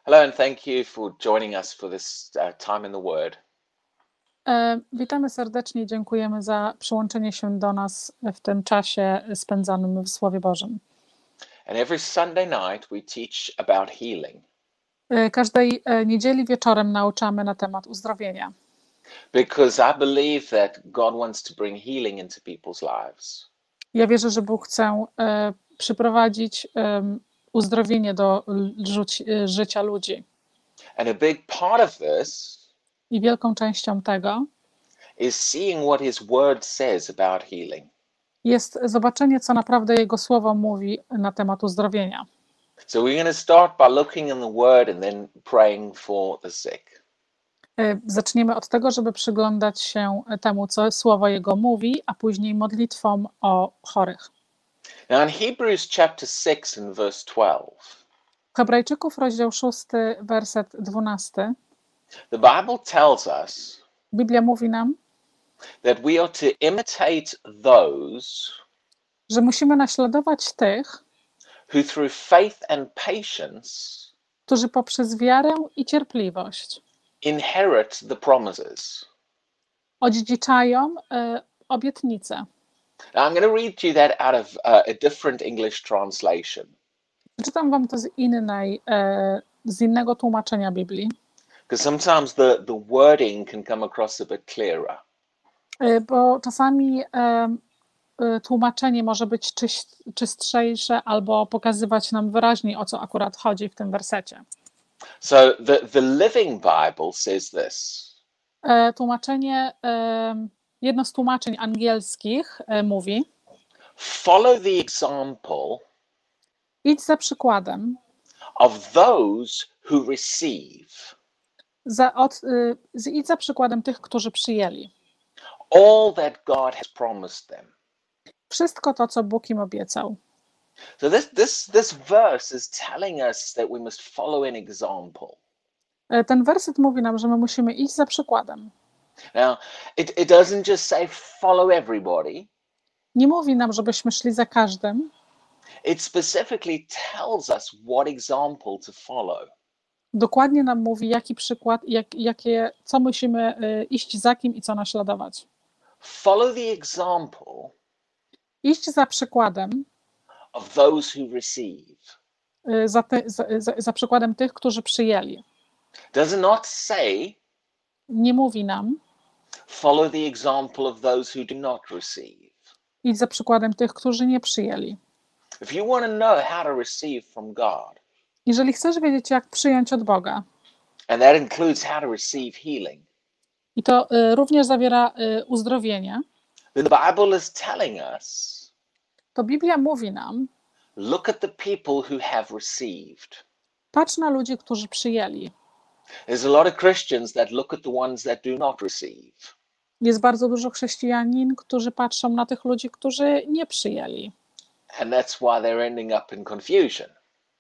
Hello, and thank you for joining us for this time in the Word. Witamy serdecznie, dziękujemy za przyłączenie się do nas w tym czasie spędzonym w Słowie Bożym. And every Sunday night we teach about healing. Każdej niedzieli wieczorem nauczamy na temat uzdrowienia. Because I believe that God wants to bring healing into people's lives. Ja wierzę, że Bóg chce przyprowadzić uzdrowienie do życia ludzi. And a big part of this I wielką częścią tego is seeing what His Word says about healing. jest zobaczenie, co naprawdę Jego Słowo mówi na temat uzdrowienia. So we're going to start by looking in the Word and then praying for the sick. Zaczniemy od tego, żeby przyglądać się temu, co Słowo Jego mówi, a później modlitwom o chorych. Now in Hebrews chapter 6 and verse 12, Hebrajczyków, rozdział 6, werset 12. the Bible tells us Biblia mówi nam, that we are to imitate those że musimy naśladować tych, who through faith and patience którzy poprzez wiarę i cierpliwość inherit the promises. odziedziczają obietnice. Now I'm going to read to you that out of a different English translation. Czytam wam to z innego tłumaczenia Biblii, Because sometimes the wording can come across a bit clearer. bo czasami tłumaczenie może być czystrzejsze albo pokazywać nam wyraźniej, o co akurat chodzi w tym wersecie. So the Living Bible says this. Tłumaczenie, jedno z tłumaczeń angielskich mówi: Follow the example idź za przykładem of those who receive idź za przykładem tych, którzy przyjęli all that God has promised them. wszystko to, co Bóg im obiecał. So this verse is telling us that we must follow an example. Ten werset mówi nam, że my musimy iść za przykładem. Now, it doesn't just say follow everybody. Nie mówi nam, żebyśmy szli za każdym. It specifically tells us what example to follow. Dokładnie nam mówi, jaki przykład, co musimy iść za kim i co naśladować. Follow the example Iść za przykładem of those who receive. Za przykładem tych, którzy przyjęli. Does not say Nie mówi nam follow the example of those who do not receive. idź za przykładem tych, którzy nie przyjęli. If you want to know how to receive from God, Jeżeli chcesz wiedzieć, jak przyjąć od Boga, and that includes how to receive healing, i to również zawiera uzdrowienie, then the Bible is telling us, to Biblia mówi nam, look at the people who have received. patrz na ludzi, którzy przyjęli. There's a lot of Christians that look at the ones that do not receive. Jest bardzo dużo chrześcijanin, którzy patrzą na tych ludzi, którzy nie przyjęli. And that's why they're ending up in confusion.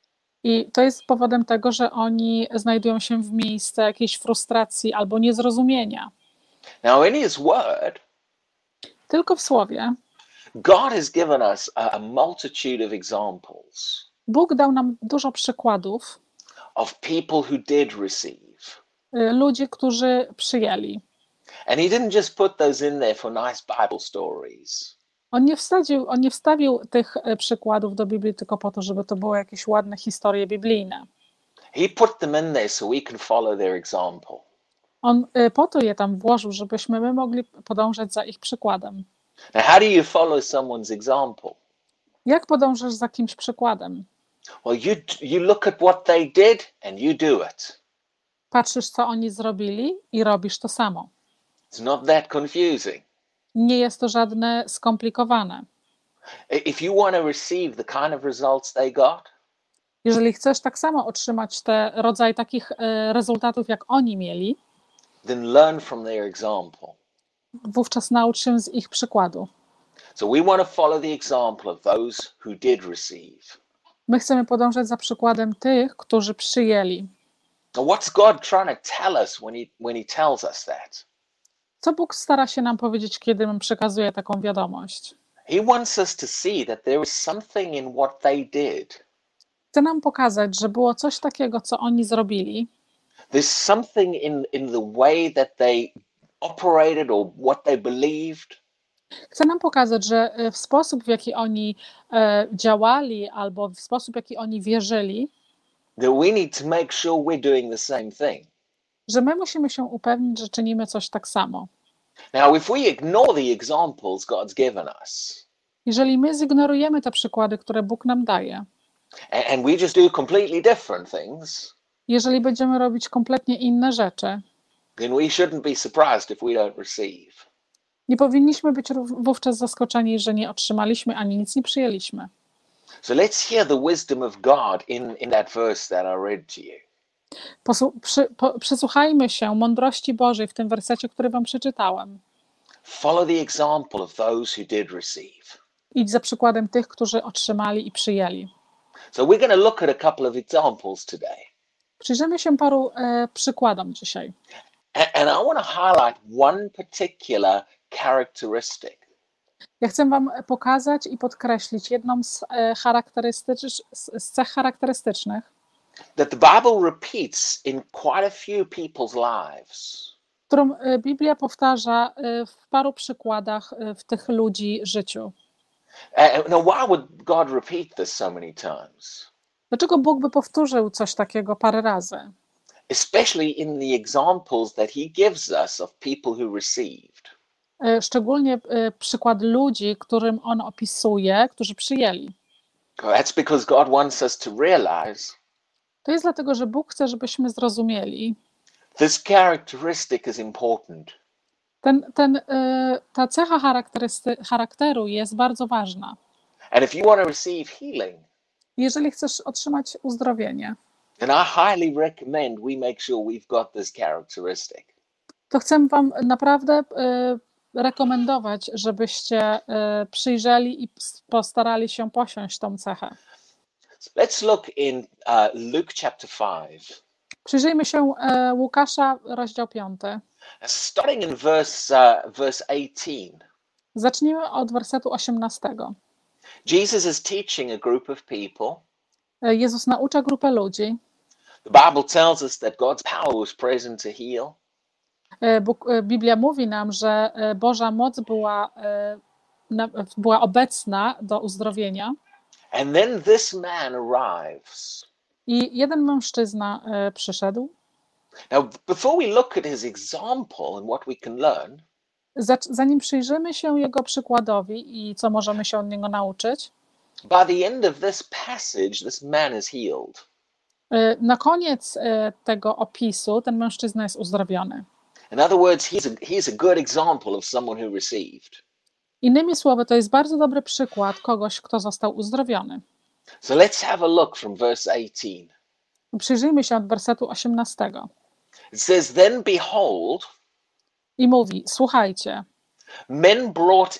I to jest powodem tego, że oni znajdują się w miejscu jakiejś frustracji albo niezrozumienia. Now in His Word, Tylko w Słowie God has given us a multitude of examples Bóg dał nam dużo przykładów of people who did receive. ludzi, którzy przyjęli. And He didn't just put those in there for nice Bible stories. On nie wstawił tych przykładów do Biblii tylko po to, żeby to były jakieś ładne historie biblijne. He put them in there so we can follow their example. On po to je tam włożył, żebyśmy my mogli podążać za ich przykładem. Now, how do you follow someone's example? Jak podążasz za kimś przykładem? Well, you look at what they did and you do it. Patrzysz, co oni zrobili i robisz to samo. It's not that confusing. Nie jest to żadne skomplikowane. If you want to receive the kind of results they got, Jeżeli chcesz tak samo otrzymać rodzaj takich rezultatów, jak oni mieli, then learn from their example. wówczas naucz się z ich przykładu. So we want to follow the example of those who did receive. My chcemy podążać za przykładem tych, którzy przyjęli. Now, what's God trying to tell us when he tells us that? Co Bóg stara się nam powiedzieć, kiedy nam przekazuje taką wiadomość? He wants us to see that there is something in what they did Chce nam pokazać, że było coś takiego, co oni zrobili. There's something in the way that they operated or what they believed Chce nam pokazać, że w sposób, w jaki oni działali, albo w sposób, w jaki oni wierzyli, that we need to make sure we're doing the same thing. że my musimy się upewnić, że czynimy coś tak samo. Now, if we ignore the examples God's given us, Jeżeli my zignorujemy te przykłady, które Bóg nam daje, and we just do completely different things, jeżeli będziemy robić kompletnie inne rzeczy, then we shouldn't be surprised if we don't receive. nie powinniśmy być wówczas zaskoczeni, że nie otrzymaliśmy ani nic nie przyjęliśmy. So let's hear the wisdom of God in that verse that I read to you. Przysłuchajmy się mądrości Bożej w tym wersecie, który wam przeczytałem. Follow the example of those who did receive. Idź za przykładem tych, którzy otrzymali i przyjęli. So we're going to look at a couple of examples today. Przyjrzymy się paru przykładom dzisiaj. And I want to highlight one particular characteristic. Ja chcę wam pokazać i podkreślić jedną z cech charakterystycznych, That the Bible repeats in quite a few people's lives. którą Biblia powtarza w paru przykładach w tych ludzi życiu. Now, why would God repeat this so many times? Dlaczego Bóg by powtórzył coś takiego parę razy? Especially in the examples that he gives us of people who received. Szczególnie przykład ludzi, którym on opisuje, którzy przyjęli. That's because God wants us to realize To jest dlatego, że Bóg chce, żebyśmy zrozumieli, this characteristic is important. Ta cecha charakteru jest bardzo ważna. And if you want to receive healing, Jeżeli chcesz otrzymać uzdrowienie, then I highly recommend we make sure we've got this characteristic. to chcę wam naprawdę rekomendować, żebyście przyjrzeli i postarali się posiąść tą cechę. So let's look in Luke chapter 5. Przyjrzyjmy się Łukasza, rozdział 5. Starting in verse 18. Zacznijmy od wersetu 18. Jesus is teaching a group of people. Jezus naucza grupę ludzi. The Bible tells us that God's power was present to heal. Biblia mówi nam, że Boża moc była obecna do uzdrowienia. And then this man arrives. I jeden mężczyzna przyszedł. Now, before we look at his example and what we can learn, Zanim przyjrzymy się jego przykładowi i co możemy się od niego nauczyć, by the end of this passage, this man is healed. na koniec tego opisu ten mężczyzna jest uzdrowiony. In other words, he's a good example of someone who received. Innymi słowy, to jest bardzo dobry przykład kogoś, kto został uzdrowiony. So let's have a look from verse 18. Przyjrzyjmy się od wersetu 18. It says, then behold, I mówi, słuchajcie, men brought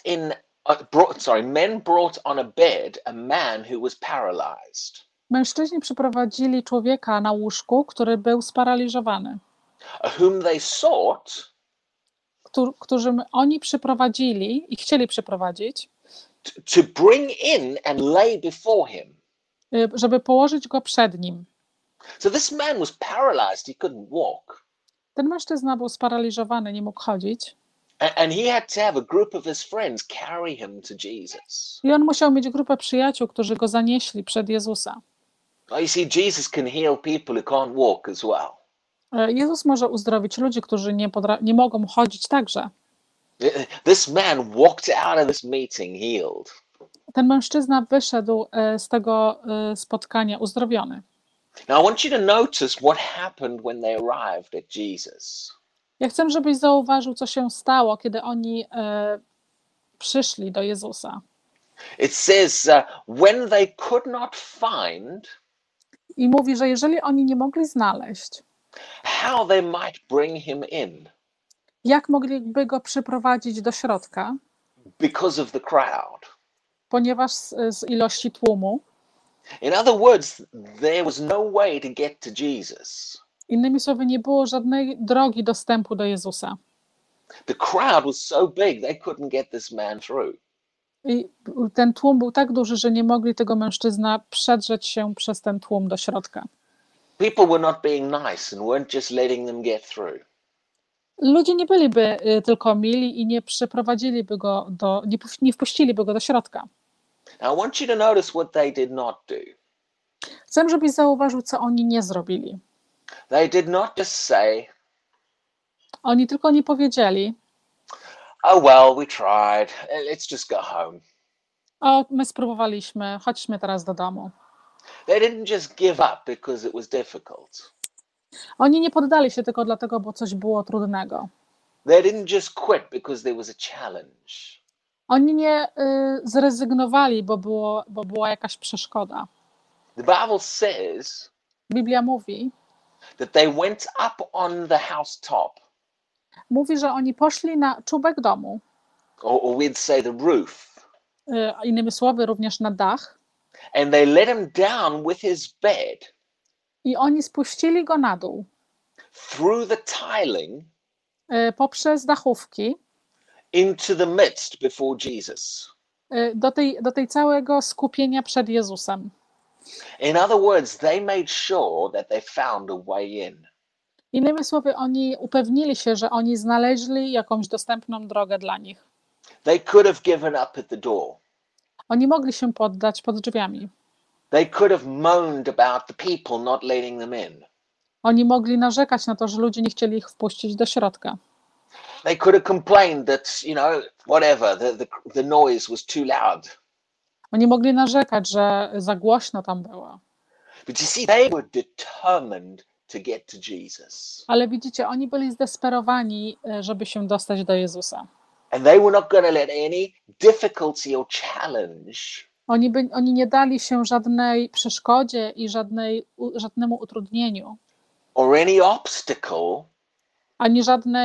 on a bed a man who was paralyzed, mężczyźni przyprowadzili człowieka na łóżku, który był sparaliżowany, whom they sought którzy oni przyprowadzili i chcieli przyprowadzić, to bring in and lay before him. żeby położyć go przed nim. So this man was paralyzed, he couldn't walk. Ten mężczyzna był sparaliżowany, nie mógł chodzić. And he had to have a group of his friends carry him to Jesus. I on musiał mieć grupę przyjaciół, którzy go zanieśli przed Jezusa. You see, Jesus can heal people who can't walk as well. Jezus może uzdrowić ludzi, którzy nie mogą chodzić także. This man walked out of this meeting healed. Ten mężczyzna wyszedł z tego spotkania uzdrowiony. Now I want you to notice what happened when they arrived at Jesus. Ja chcę, żebyś zauważył, co się stało, kiedy oni przyszli do Jezusa. It says, when they could not find I mówi, że jeżeli oni nie mogli znaleźć, how they might bring him in jak mogliby go przyprowadzić do środka, because of the crowd. ponieważ z ilości tłumu. In other words, there was no way to get to Jesus. Innymi słowy, nie było żadnej drogi dostępu do Jezusa. The crowd was so big they couldn't get this man through. I ten tłum był tak duży, że nie mogli tego mężczyzna przedrzeć się przez ten tłum do środka. People were not being nice and weren't just letting them get through. Ludzie nie byliby tylko mili i nie przeprowadziliby go nie wpuściliby go do środka. Now, I want you to notice what they did not do. Chcę, żebyś zauważył, co oni nie zrobili. They did not just say, Oni tylko nie powiedzieli: oh, well, we tried. Let's just go home. o, my spróbowaliśmy, chodźmy teraz do domu. They didn't just give up because it was difficult. Oni nie poddali się tylko dlatego, bo coś było trudnego. They didn't just quit because there was a challenge. Oni nie zrezygnowali, bo była jakaś przeszkoda. The Bible says Biblia mówi, that they went up on the housetop, że oni poszli na czubek domu, or we'd say the roof, innymi słowy również na dach, and they let him down with his bed i oni spuścili go na dół through the tiling poprzez dachówki into the midst before Jesus. do tej całego skupienia przed Jezusem. In other words, they made sure that they found a way in. Innymi słowy, oni upewnili się, że oni znaleźli jakąś dostępną drogę dla nich. They could have given up at the door. Oni mogli się poddać pod drzwiami. They could have moaned about the people not letting them in. Oni mogli narzekać na to, że ludzie nie chcieli ich wpuścić do środka. They could have complained that, whatever, the noise was too loud. Oni mogli narzekać, że za głośno tam było. But you see, they were determined to get to Jesus. Ale widzicie, oni byli zdesperowani, żeby się dostać do Jezusa. And they were not going to let any difficulty or challenge Oni nie dali się żadnej przeszkodzie i żadnemu utrudnieniu, or any obstacle ani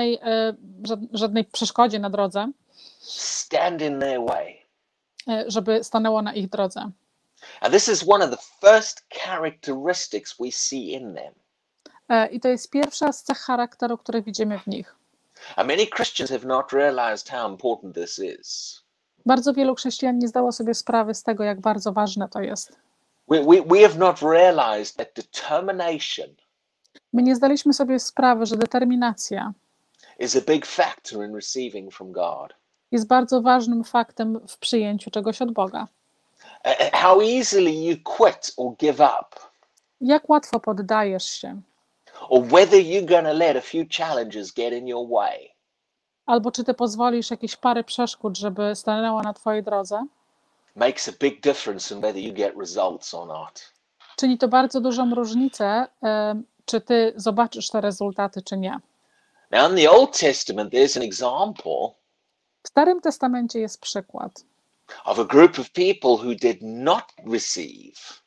żadnej przeszkodzie na drodze, stand in their way. żeby stanęło na ich drodze. And this is one of the first characteristics we see in them. I to jest pierwsza z cech charakteru, które widzimy w nich. And many Christians have not realized how important this is. Bardzo wielu chrześcijan nie zdało sobie sprawy z tego, jak bardzo ważne to jest. We have not realized that determination My nie zdaliśmy sobie sprawy, że determinacja is a big factor in receiving from God. jest bardzo ważnym faktem w przyjęciu czegoś od Boga. How easily you quit or give up, Jak łatwo poddajesz się, or whether you're going to let a few challenges get in your way, albo czy ty pozwolisz jakieś parę przeszkód, żeby stanęła na twojej drodze, makes a big difference in whether you get results or not. czyni to bardzo dużą różnicę, czy ty zobaczysz te rezultaty, czy nie. Now, in the Old Testament, there's an example W Starym Testamencie jest przykład of a group of people who did not receive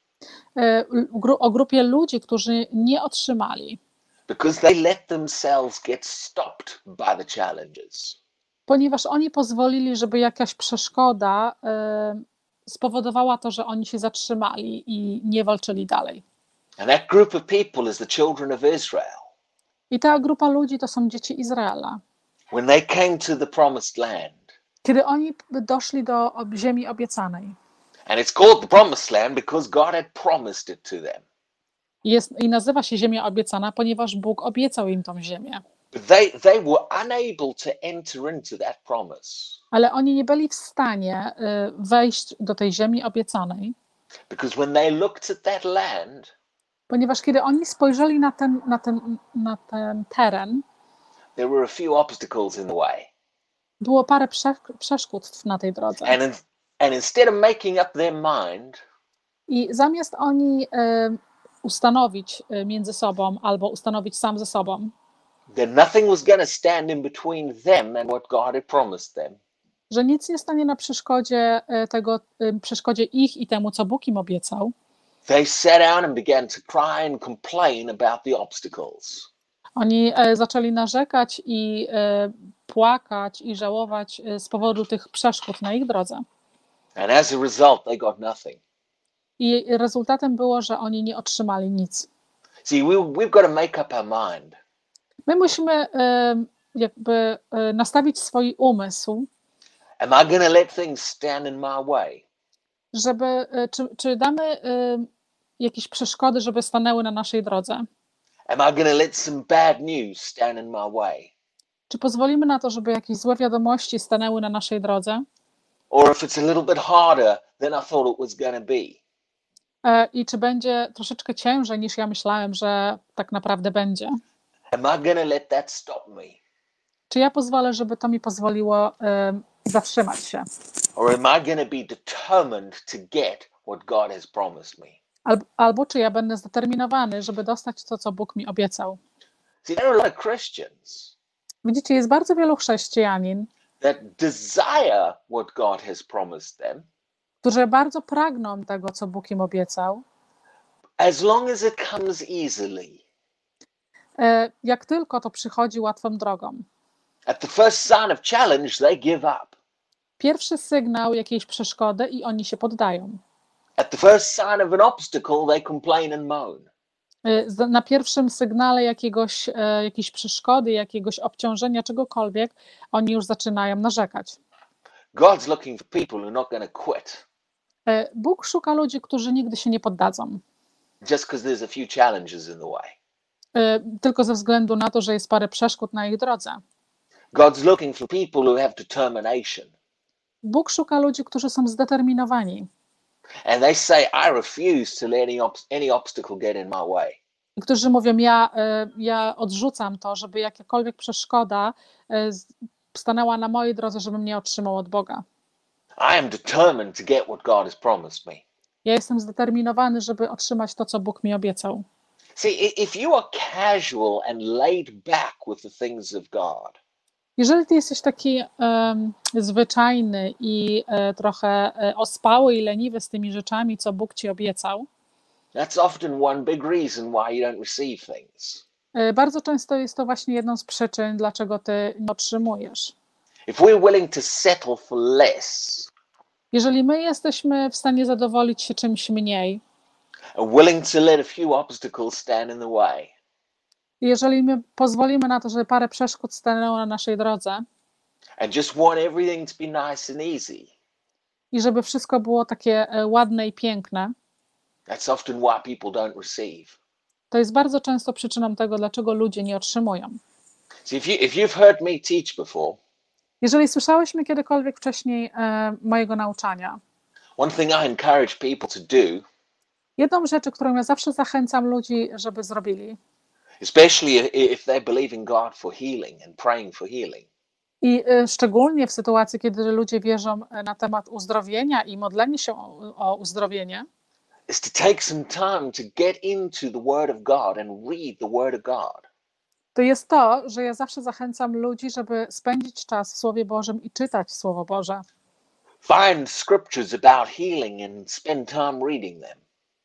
o grupie ludzi, którzy nie otrzymali, because they let themselves get stopped by the challenges. ponieważ oni pozwolili, żeby jakaś przeszkoda spowodowała to, że oni się zatrzymali i nie walczyli dalej. And that group of people is the children of Israel. I ta grupa ludzi to są dzieci Izraela. When they came to the promised land, Kiedy oni doszli do ziemi obiecanej. and it's called the promised land because God had promised it to them. I nazywa się ziemia obiecana, ponieważ Bóg obiecał im tą ziemię. But they were unable to enter into that promise Ale oni nie byli w stanie wejść do tej ziemi obiecanej, because when they looked at that land, ponieważ kiedy oni spojrzeli na ten teren, there were a few obstacles in the way. było parę przeszkód na tej drodze. And instead of making up their mind, I zamiast oni ustanowić między sobą albo ustanowić sam ze sobą, that nothing was going to stand in between them and what God had promised them, że nic nie stanie na przeszkodzie ich i temu, co Bóg im obiecał, they sat down and began to cry and complain about the obstacles. oni zaczęli narzekać i płakać i żałować z powodu tych przeszkód na ich drodze. And as a result, they got nothing. I rezultatem było, że oni nie otrzymali nic. See, we've got to make up our mind. My musimy jakby nastawić swój umysł Am I going to let things stand in my way? Żeby, czy damy jakieś przeszkody, żeby stanęły na naszej drodze? Am I going to let some bad news stand in my way? Czy pozwolimy na to, żeby jakieś złe wiadomości stanęły na naszej drodze? Or if it's a little bit harder than I thought it was going to be? I czy będzie troszeczkę ciężej niż ja myślałem, że tak naprawdę będzie? Am I going to let that stop me? Czy ja pozwolę, żeby to mi pozwoliło zatrzymać się? Or am I going to be determined to get what God has promised me? Albo czy ja będę zdeterminowany, żeby dostać to, co Bóg mi obiecał? See, there are a lot of Christians Widzicie, jest bardzo wielu chrześcijanin, that desire what God has promised them którzy bardzo pragną tego, co Bóg im obiecał. as long as it comes easily. Jak tylko to przychodzi łatwą drogą. At the first sign of challenge, they give up. Pierwszy sygnał jakiejś przeszkody i oni się poddają. At the first sign of an obstacle, they complain and moan. Na pierwszym sygnale jakiejś przeszkody, jakiegoś obciążenia, czegokolwiek, oni już zaczynają narzekać. God's looking for people who are not going to quit Bóg szuka ludzi, którzy nigdy się nie poddadzą. just because there's a few challenges in the way. Tylko ze względu na to, że jest parę przeszkód na ich drodze. God's looking for people who have determination. Bóg szuka ludzi, którzy są zdeterminowani. And they say, I refuse to let any obstacle get in my way. I którzy mówią, ja odrzucam to, żeby jakakolwiek przeszkoda stanęła na mojej drodze, żebym nie otrzymał od Boga. I am determined to get what God has promised me. Ja jestem zdeterminowany, żeby otrzymać to, co Bóg mi obiecał. See, if you are casual and laid back with the things of God, Jeżeli ty jesteś taki zwyczajny i trochę ospały i leniwy z tymi rzeczami, co Bóg ci obiecał, that's often one big reason why you don't receive things. bardzo często jest to właśnie jedną z przyczyn, dlaczego ty nie otrzymujesz. If we're willing to settle for less, Jeżeli my jesteśmy w stanie zadowolić się czymś mniej, willing to let a few obstacles stand in the way, jeżeli my pozwolimy na to, żeby parę przeszkód stanęło na naszej drodze and just want everything to be nice and easy, i żeby wszystko było takie ładne i piękne, that's often why people don't receive. to jest bardzo często przyczyną tego, dlaczego ludzie nie otrzymują. See, if you've heard me teach before, Jeżeli słyszałeś mnie kiedykolwiek wcześniej mojego nauczania, one thing I encourage people to do, jedną rzecz, którą ja zawsze zachęcam ludzi, żeby zrobili, especially if they're believing God for healing and praying for healing, i szczególnie w sytuacji, kiedy ludzie wierzą na temat uzdrowienia i modleni się o uzdrowienie, is to take some time to get into the Word of God and read the Word of God. to jest to, że ja zawsze zachęcam ludzi, żeby spędzić czas w Słowie Bożym i czytać Słowo Boże. Find scriptures about healing and spend time reading them.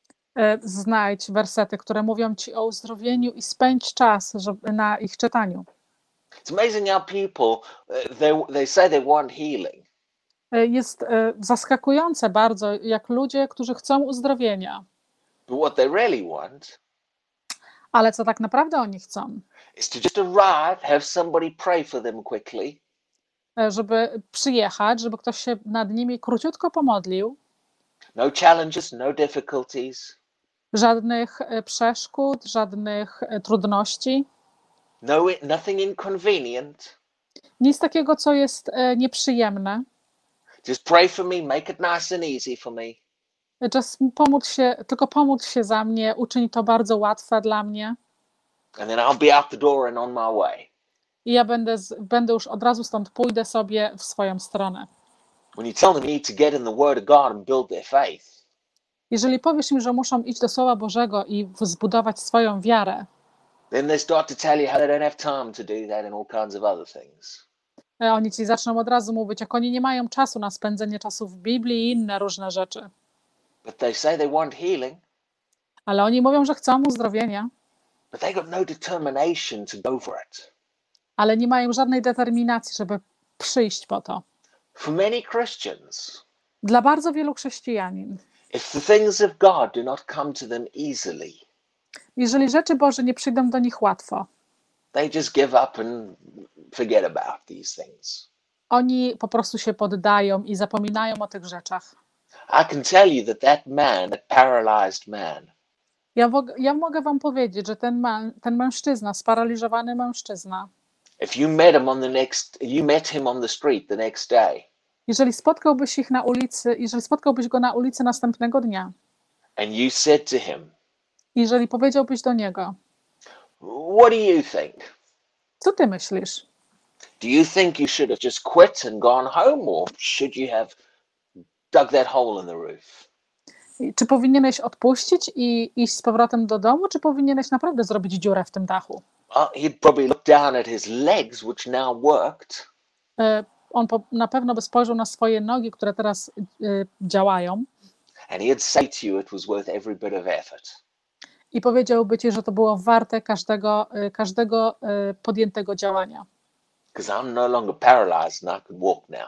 Znajdź wersety, które mówią ci o uzdrowieniu i spędź czas na ich czytaniu. It's amazing how people, they say they want healing, Jest zaskakujące bardzo, jak ludzie, którzy chcą uzdrowienia, but what they really want ale co tak naprawdę oni chcą? is to just arrive, have somebody pray for them quickly, Żeby przyjechać, żeby ktoś się nad nimi króciutko pomodlił, no challenges, no difficulties, żadnych przeszkód, żadnych trudności, nothing inconvenient. nic takiego, co jest nieprzyjemne. Just pray for me, make it nice and easy for me. Tylko pomódl się za mnie, uczyń to bardzo łatwe dla mnie And then I'll be out the door and on my way. i ja będę już od razu stąd pójdę sobie w swoją stronę. When you tell them you need to get in the Word of God and build their faith, Jeżeli powiesz im, że muszą iść do Słowa Bożego i zbudować swoją wiarę, then they start to tell you how they don't have time to do that and all kinds of other things. oni ci zaczną od razu mówić, jak oni nie mają czasu na spędzenie czasu w Biblii i inne różne rzeczy. But they say they want healing, Ale oni mówią, że chcą uzdrowienia, but they got no determination to go for it. ale nie mają żadnej determinacji, żeby przyjść po to. For many Christians, Dla bardzo wielu chrześcijanin, if the things of God do not come to them easily, jeżeli rzeczy Boże nie przyjdą do nich łatwo, they just give up and forget about these things. Oni po prostu się poddają i zapominają o tych rzeczach. I can tell you that man, that paralyzed man, Ja mogę wam powiedzieć, że ten mężczyzna, sparaliżowany mężczyzna, if you met him on the street the next day, jeżeli spotkałbyś go na ulicy następnego dnia, and you said to him, jeżeli powiedziałbyś do niego, what do you think? co ty myślisz? Do you think you should have just quit and gone home, or should you have dug that hole in the roof? Czy powinieneś odpuścić i iść z powrotem do domu, czy powinieneś naprawdę zrobić dziurę w tym dachu? He'd probably look down at his legs, which now worked. On na pewno by spojrzał na swoje nogi, które teraz działają, And he'd say to you it was worth every bit of effort. i powiedziałby ci, że to było warte każdego podjętego działania. Because I'm no longer paralyzed and I could walk now.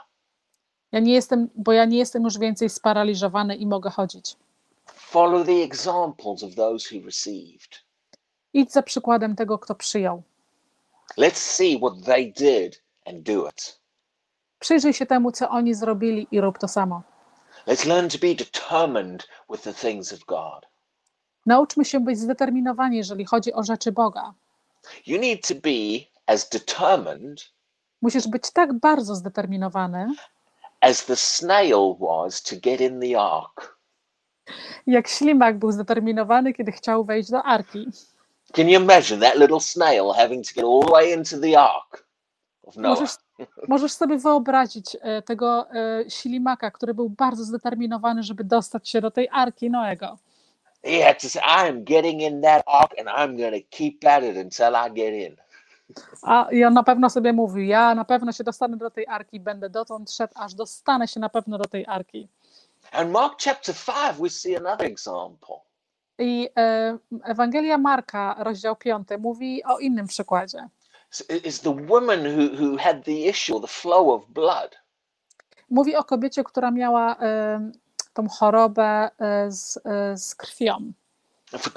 Ja nie jestem już więcej sparaliżowany i mogę chodzić. Follow the examples of those who received. Idź za przykładem tego, kto przyjął. Let's see what they did and do it. Przyjrzyj się temu, co oni zrobili i rób to samo. Let's learn to be determined with the things of God. Nauczmy się być zdeterminowani, jeżeli chodzi o rzeczy Boga. You need to be as determined Musisz być tak bardzo zdeterminowany, as the snail was to get in the ark. jak ślimak był zdeterminowany, kiedy chciał wejść do arki. Can you imagine that little snail having to get all the way into the ark of Noah? Możesz sobie wyobrazić tego ślimaka, który był bardzo zdeterminowany, żeby dostać się do tej arki Noego. He had to say, I am getting in that ark and I'm going to keep at it until I get in. I on na pewno sobie mówił, ja na pewno się dostanę do tej arki, będę dotąd szedł, aż dostanę się na pewno do tej arki. And Mark chapter 5, we see another example. I Ewangelia Marka, rozdział 5, mówi o innym przykładzie. Is the woman who had the issue, the flow of blood. Mówi o kobiecie, która miała tą chorobę z krwią. For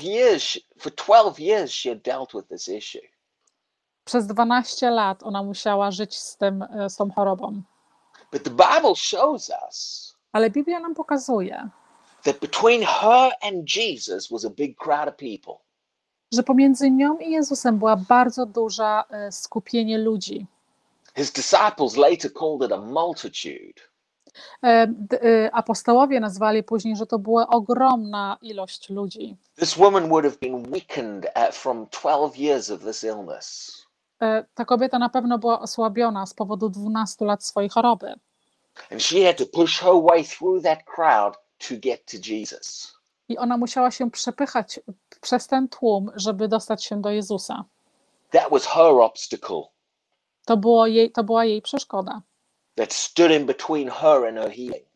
12 years she had dealt with this issue. Przez 12 lat ona musiała żyć z tą chorobą. But the Bible shows us Ale Biblia nam pokazuje, that between her and Jesus was a big crowd of people. że pomiędzy nią i Jezusem była bardzo duża skupienie ludzi. His disciples later called it a multitude. Apostołowie nazwali później, że to była ogromna ilość ludzi. This woman would have been weakened from 12 years of this illness. Ta kobieta na pewno była osłabiona z powodu 12 lat swojej choroby. And she had to push her way through that crowd to get to Jesus. I ona musiała się przepychać przez ten tłum, żeby dostać się do Jezusa. That was her obstacle. To była jej przeszkoda, That stood in between her and her healing.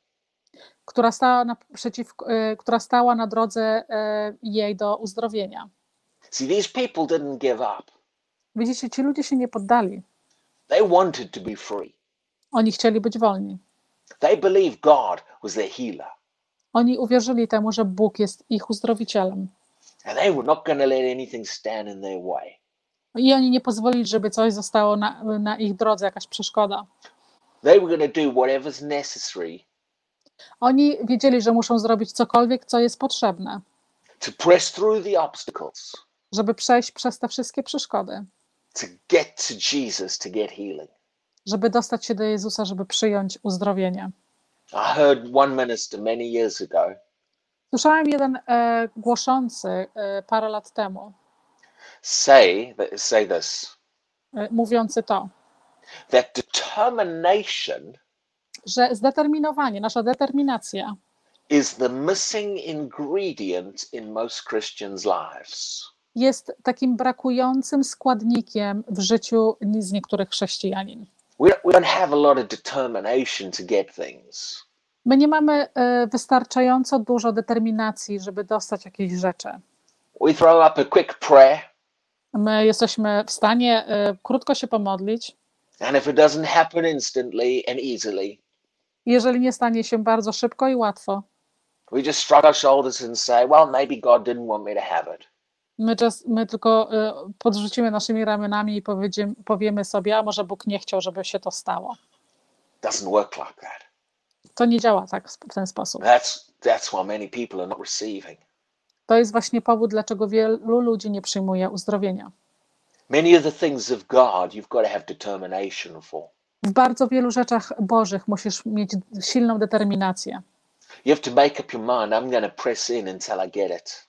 która stała na drodze jej do uzdrowienia. See, these people didn't give up. Widzicie, ci ludzie się nie poddali. They wanted to be free. Oni chcieli być wolni. They believed God was their healer. Oni uwierzyli temu, że Bóg jest ich uzdrowicielem. And they were not going to let anything stand in their way. I oni nie pozwolili, żeby coś zostało na ich drodze, jakaś przeszkoda. They were going to do whatever's necessary Oni wiedzieli, że muszą zrobić cokolwiek, co jest potrzebne, to press through the obstacles, żeby przejść przez te wszystkie przeszkody, to get to Jesus, to get healing. żeby dostać się do Jezusa, żeby przyjąć uzdrowienie. I heard one minister many years ago Słyszałem jeden głoszący parę lat temu, say this, mówiący to, that determination że zdeterminowanie, nasza determinacja is the missing ingredient in most Christians' lives. jest takim brakującym składnikiem w życiu z niektórych chrześcijanin. We don't have a lot of determination to get things. My nie mamy wystarczająco dużo determinacji, żeby dostać jakieś rzeczy. We throw up a quick prayer, My jesteśmy w stanie krótko się pomodlić. and if it doesn't happen instantly and easily, Jeżeli nie stanie się bardzo szybko i łatwo, we just shrug our shoulders and say, well, maybe God didn't want me to have it. my tylko podrzucimy naszymi ramionami i powiemy sobie, a może Bóg nie chciał, żeby się to stało. Doesn't work like that. To nie działa tak w ten sposób. That's why many people are not receiving. To jest właśnie powód, dlaczego wielu ludzi nie przyjmuje uzdrowienia. Many of the things of God you've got to have determination for. W bardzo wielu rzeczach bożych musisz mieć silną determinację. You have to make up your mind, I'm going to press in until I get it.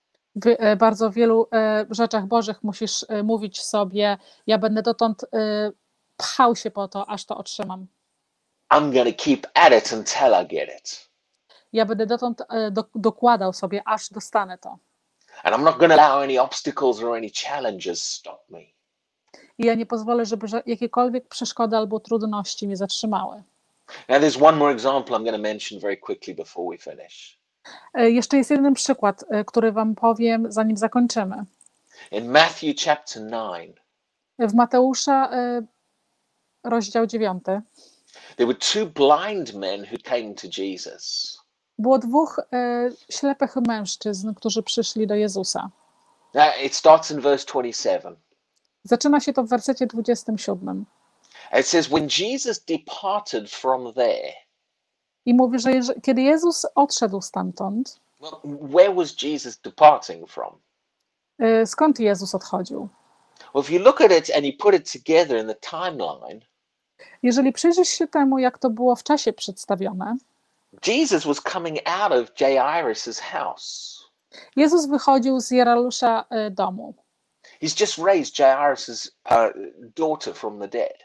W bardzo wielu rzeczach bożych musisz mówić sobie, ja będę dotąd pchał się po to, aż to otrzymam. I'm going to keep at it until I get it. Ja będę dotąd dokładał sobie, aż dostanę to. And I'm not going to allow any obstacles or any challenges stop me. I ja nie pozwolę, żeby jakiekolwiek przeszkody albo trudności mnie zatrzymały. Now there's one more example I'm going to mention very quickly before we finish. Jeszcze jest jeden przykład, który wam powiem, zanim zakończymy. In Matthew chapter 9, W Mateusza rozdział 9 there were two blind men who came to Jesus. było dwóch ślepych mężczyzn, którzy przyszli do Jezusa. Now it starts in verse 27. Zaczyna się to w wersecie 27. It says, when Jesus departed from there, I mówi, że kiedy Jezus odszedł stamtąd, well, where was Jesus departing from? skąd Jezus odchodził? Well, if you look at it and you put it together in the timeline, Jeżeli przyjrzysz się temu, jak to było w czasie przedstawione, Jesus was coming out of Jairus' house. Jezus wychodził z Jairusza domu. He's just raised Jairus' daughter from the dead.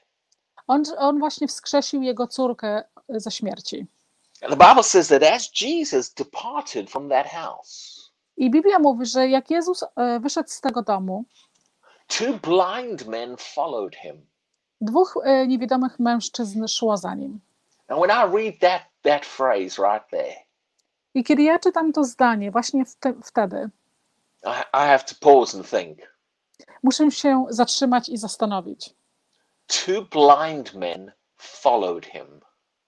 On właśnie wskrzesił jego córkę ze śmierci. And the Bible says that as Jesus departed from that house, I Biblia mówi, że jak Jezus wyszedł z tego domu, two blind men followed him. dwóch niewidomych mężczyzn szło za nim. And when I read that phrase right there, I kiedy ja czytam to zdanie, właśnie wtedy, I have to pause and think. muszę się zatrzymać i zastanowić. Two blind men followed him.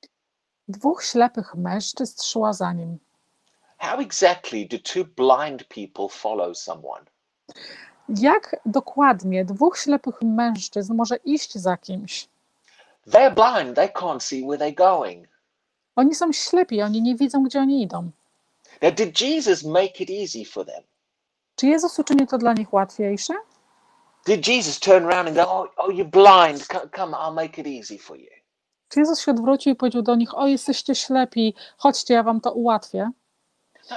Dwóch ślepych mężczyzn szło za nim. How exactly do two blind people follow someone? Jak dokładnie dwóch ślepych mężczyzn może iść za kimś? They're blind, they can't see where they're going. Oni są ślepi, oni nie widzą, gdzie oni idą. Now, did Jesus make it easy for them? Czy Jezus uczynił to dla nich łatwiejsze? Did Jesus turn around and go, oh, you're blind, come, I'll make it easy for you? Czy Jezus się odwrócił i powiedział do nich, o jesteście ślepi, chodźcie, ja wam to ułatwię? No,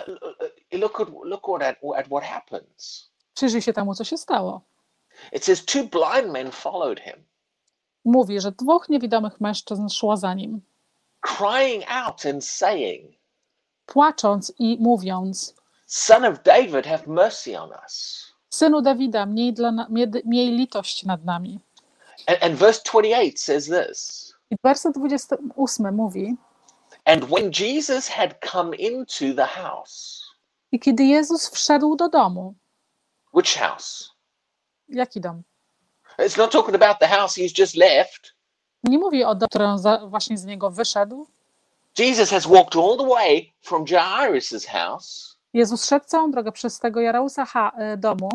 look at what happens. Przyjrzyj się temu, co się stało. It says two blind men followed him, Mówi, że dwóch niewidomych mężczyzn szło za nim, crying out and saying, płacząc i mówiąc, Son of David, have mercy on us. Synu Dawida, miej litość nad nami. And verse 28 says this. I werset 28 mówi, And when Jesus had come into the house. i kiedy Jezus wszedł do domu. Which house? Jaki dom? It's not talking about the house he's just left. Nie mówi o domu, który on właśnie z niego wyszedł. Jesus has walked all the way from Jairus' house. Jezus szedł całą drogę przez tego Jarausa domu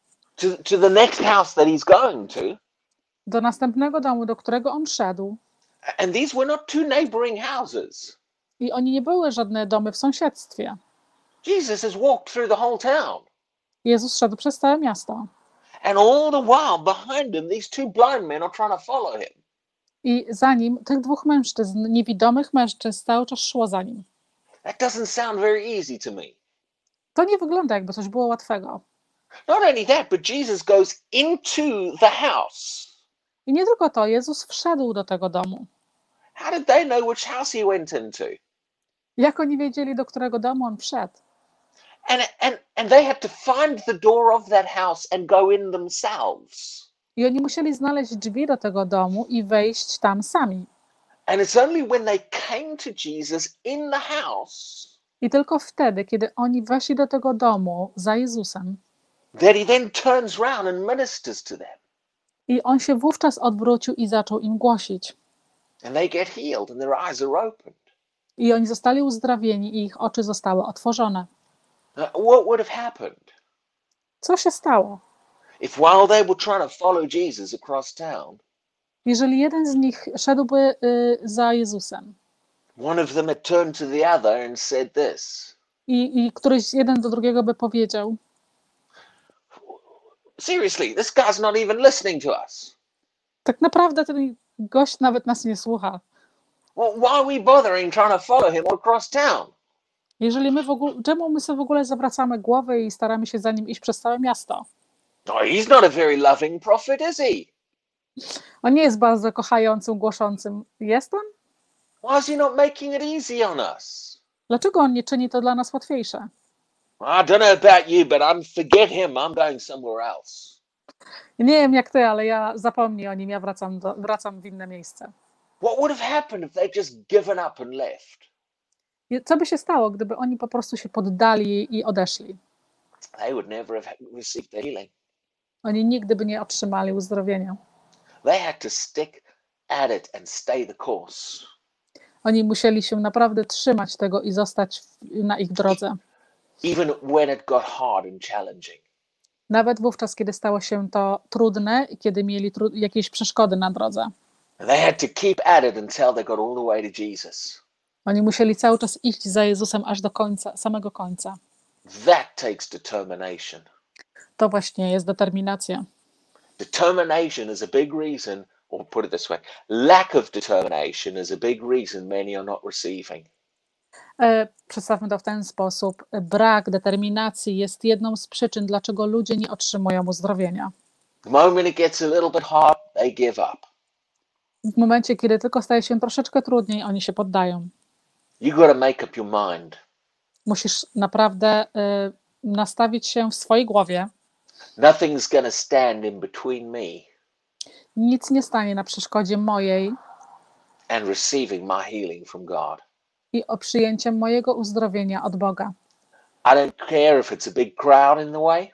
to the next house that he's going to. do następnego domu, do którego on szedł. And these were not two neighboring houses. I oni nie były żadne domy w sąsiedztwie. Jesus has walked through the whole town. Jezus szedł przez całe miasto. And all the while behind him, these two blind men are trying to follow him. I za nim tych dwóch mężczyzn, niewidomych mężczyzn, cały czas szło za nim. That doesn't sound very easy to me. To nie wygląda, jakby coś było łatwego. Not only that, but Jesus goes into the house. I nie tylko to, Jezus wszedł do tego domu. How did they know which house he went into? Jak oni wiedzieli, do którego domu on wszedł? And they had to find the door of that house and go in themselves. I oni musieli znaleźć drzwi do tego domu i wejść tam sami. And it's only when they came to Jesus in the house. I tylko wtedy, kiedy oni weszli do tego domu za Jezusem, that he then turns round and ministers to them. i on się wówczas odwrócił i zaczął im głosić. And they get healed and their eyes are opened. I oni zostali uzdrawieni i ich oczy zostały otworzone. What would have happened Co się stało? if while they were trying to follow Jesus across town, Jeżeli jeden z nich szedłby za Jezusem one of them had turned to the other and said this. i któryś jeden do drugiego by powiedział: Seriously, this guy's not even listening to us. tak naprawdę ten gość nawet nas nie słucha. Well, why are we bothering trying to follow him all across town? Jeżeli my czemu my sobie w ogóle zawracamy głowę i staramy się za nim iść przez całe miasto? Oh, he's not a very loving prophet, is he? On nie jest bardzo kochającym, głoszącym. Jest on? Why is he not making it easy on us? Dlaczego on nie czyni to dla nas łatwiejsze? I don't know about you, but forget him. I'm going somewhere else. Nie wiem jak ty, ale ja zapomnij o nim, ja wracam w inne miejsce. What would have happened if they'd just given up and left? Co by się stało, gdyby oni po prostu się poddali i odeszli? They would never have received the healing. Oni nigdy by nie otrzymali uzdrowienia. They had to stick at it and stay the course. Oni musieli się naprawdę trzymać tego i zostać na ich drodze. Even when it got hard and challenging. Nawet wówczas, kiedy stało się to trudne i kiedy mieli jakieś przeszkody na drodze. They had to keep at it until they got all the way to Jesus. Oni musieli cały czas iść za Jezusem aż do końca, samego końca. That takes determination. To właśnie jest determinacja. Determination is a big reason, or put it this way, lack of determination is a big reason many are not receiving. Przedstawmy to w ten sposób. Brak determinacji jest jedną z przyczyn, dlaczego ludzie nie otrzymują uzdrowienia. The moment it gets a little bit hard, they give up. W momencie, kiedy tylko staje się troszeczkę trudniej, oni się poddają. You got to make up your mind. Musisz naprawdę nastawić się w swojej głowie. Nothing's going to stand in between me Nic nie stanie na przeszkodzie mojej and receiving my healing from God. i o przyjęciem mojego uzdrowienia od Boga. I don't care if it's a big crowd in the way.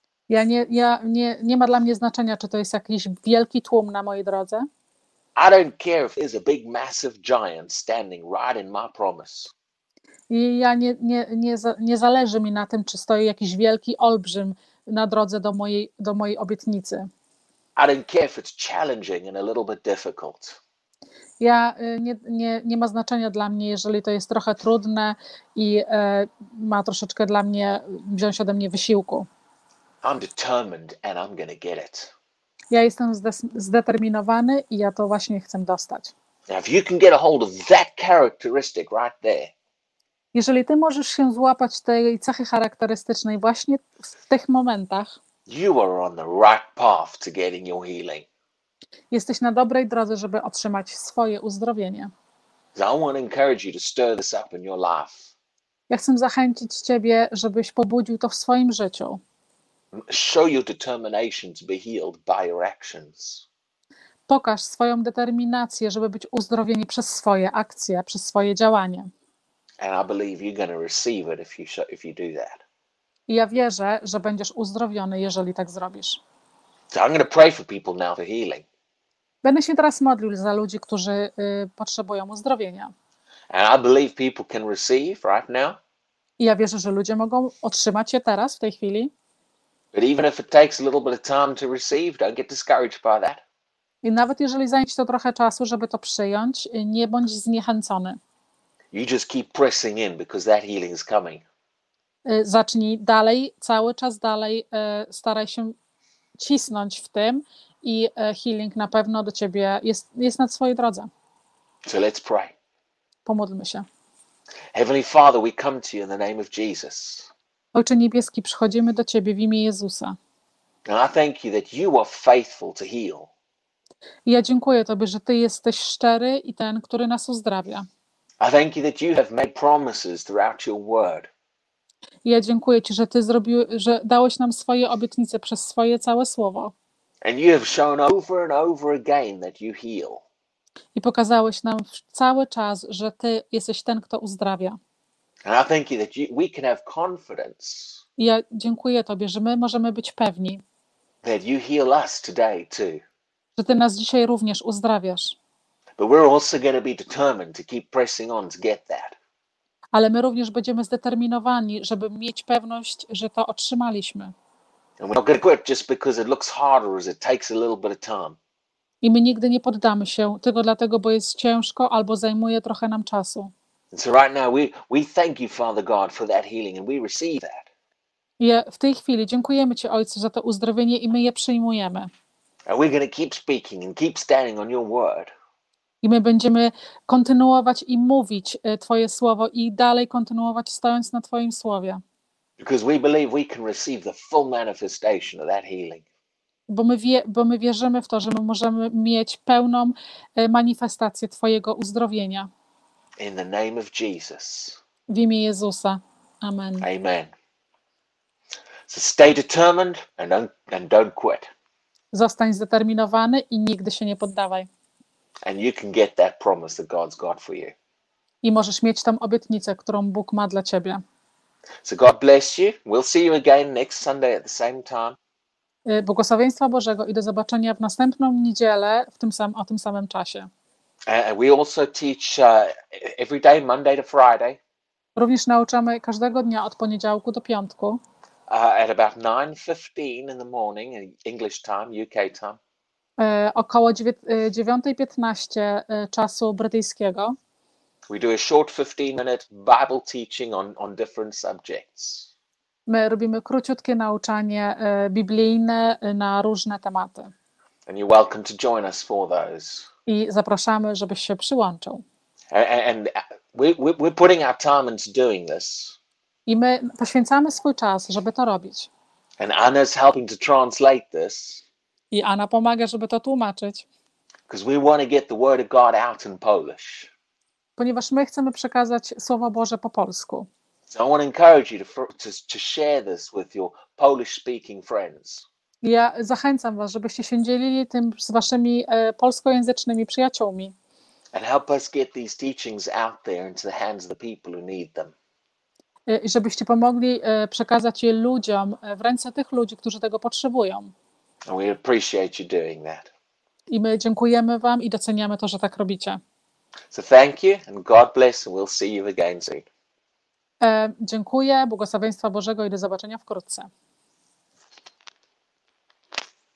Nie ma dla mnie znaczenia, czy to jest jakiś wielki tłum na mojej drodze. I don't care if there's a big, massive giant standing right in my promise. I nie zależy mi na tym, czy stoi jakiś wielki olbrzym na drodze do mojej obietnicy. I don't care if it's challenging and a little bit difficult. Nie ma znaczenia dla mnie, jeżeli to jest trochę trudne i ma troszeczkę dla mnie wziąć ode mnie wysiłku. I'm determined and I'm going to get it. Ja jestem zdeterminowany i ja to właśnie chcę dostać. Now, if you can get a hold of that characteristic right there, Jeżeli ty możesz się złapać tej cechy charakterystycznej właśnie w tych momentach, you are on the right path to getting your healing. jesteś na dobrej drodze, żeby otrzymać swoje uzdrowienie. So I want to encourage you to stir this up in your life. Ja chcę zachęcić ciebie, żebyś pobudził to w swoim życiu. Show your determination to be healed by your actions. Pokaż swoją determinację, żeby być uzdrowieni przez swoje akcje, przez swoje działanie. And I believe you're going to receive it if you do that. I ja wierzę, że będziesz uzdrowiony, jeżeli tak zrobisz. So I'm going to pray for people now for healing. Będę się teraz modlił za ludzi, którzy potrzebują uzdrowienia. And I believe people can receive right now. I ja wierzę, że ludzie mogą otrzymać je teraz, w tej chwili. But even if it takes a little bit of time to receive, don't get discouraged by that. I nawet jeżeli zajmie ci to trochę czasu, żeby to przyjąć, nie bądź zniechęcony. You just keep pressing in because that healing is coming. Zacznij dalej, cały czas dalej, staraj się cisnąć w tym i healing na pewno do ciebie jest na swojej drodze. So let's pray. Pomódlmy się. Heavenly Father, we come to you in the name of Jesus. Ojcze Niebieski, przychodzimy do ciebie w imię Jezusa. And I thank you that you are faithful to heal. I ja dziękuję tobie, że ty jesteś szczery i ten, który nas uzdrawia. I thank you that you have made promises throughout your word. I ja dziękuję ci, że dałeś nam swoje obietnice przez swoje całe słowo. And you have shown over and over again that you heal. I pokazałeś nam cały czas, że ty jesteś ten, kto uzdrawia. And I thank you that we can have confidence I ja dziękuję tobie, że my możemy być pewni, that you heal us today too. że ty nas dzisiaj również uzdrawiasz. But we're also going to be determined to keep pressing on to get that. Ale my również będziemy zdeterminowani, żeby mieć pewność, że to otrzymaliśmy. And we're not going to quit just because it looks harder as it takes a little bit of time. I my nigdy nie poddamy się tylko dlatego, bo jest ciężko albo zajmuje trochę nam czasu. And so right now we thank you, Father God, for that healing, and we receive that. I w tej chwili dziękujemy Ci, Ojcze, za to uzdrowienie i my je przyjmujemy. And we're going to keep speaking and keep standing on your word. I my będziemy kontynuować i mówić Twoje słowo i dalej kontynuować stojąc na Twoim słowie. Because we believe we can receive the full manifestation of that healing. Bo my wierzymy w to, że my możemy mieć pełną manifestację Twojego uzdrowienia. In the name of Jesus. W imię Jezusa. Amen. Amen. So stay determined and don't quit. Zostań zdeterminowany i nigdy się nie poddawaj. And you can get that promise that God's got for you. I możesz mieć tą obietnicę, którą Bóg ma dla Ciebie. So God bless you. We'll see you again next Sunday at the same time. Błogosławieństwa Bożego i do zobaczenia w następną niedzielę o tym samym czasie. We also teach every day, Monday to Friday. Również nauczamy każdego dnia od poniedziałku do piątku. At about 9:15 in the morning, English time, UK time. Około 9:15 czasu brytyjskiego. We do a short 15-minute Bible teaching on different subjects. My robimy króciutkie nauczanie biblijne na różne tematy. And you're welcome to join us for those. I zapraszamy, żebyś się przyłączył. And we're putting our time into doing this. I my poświęcamy swój czas, żeby to robić. And Anna's helping to translate this. I Anna pomaga, żeby to tłumaczyć. Because we want to get the word of God out in Polish. Ponieważ my chcemy przekazać Słowo Boże po polsku. So I want to encourage you to share this with your Polish-speaking friends. Ja zachęcam was, żebyście się dzielili tym z waszymi polskojęzycznymi przyjaciółmi. And help us get these teachings out there into the hands of the people who need them. I żebyście pomogli przekazać je ludziom, w ręce tych ludzi, którzy tego potrzebują. And we appreciate you doing that. I my dziękujemy wam i doceniamy to, że tak robicie. So thank you and God bless and we'll see you again soon. Dziękuję, błogosławieństwa Bożego i do zobaczenia wkrótce.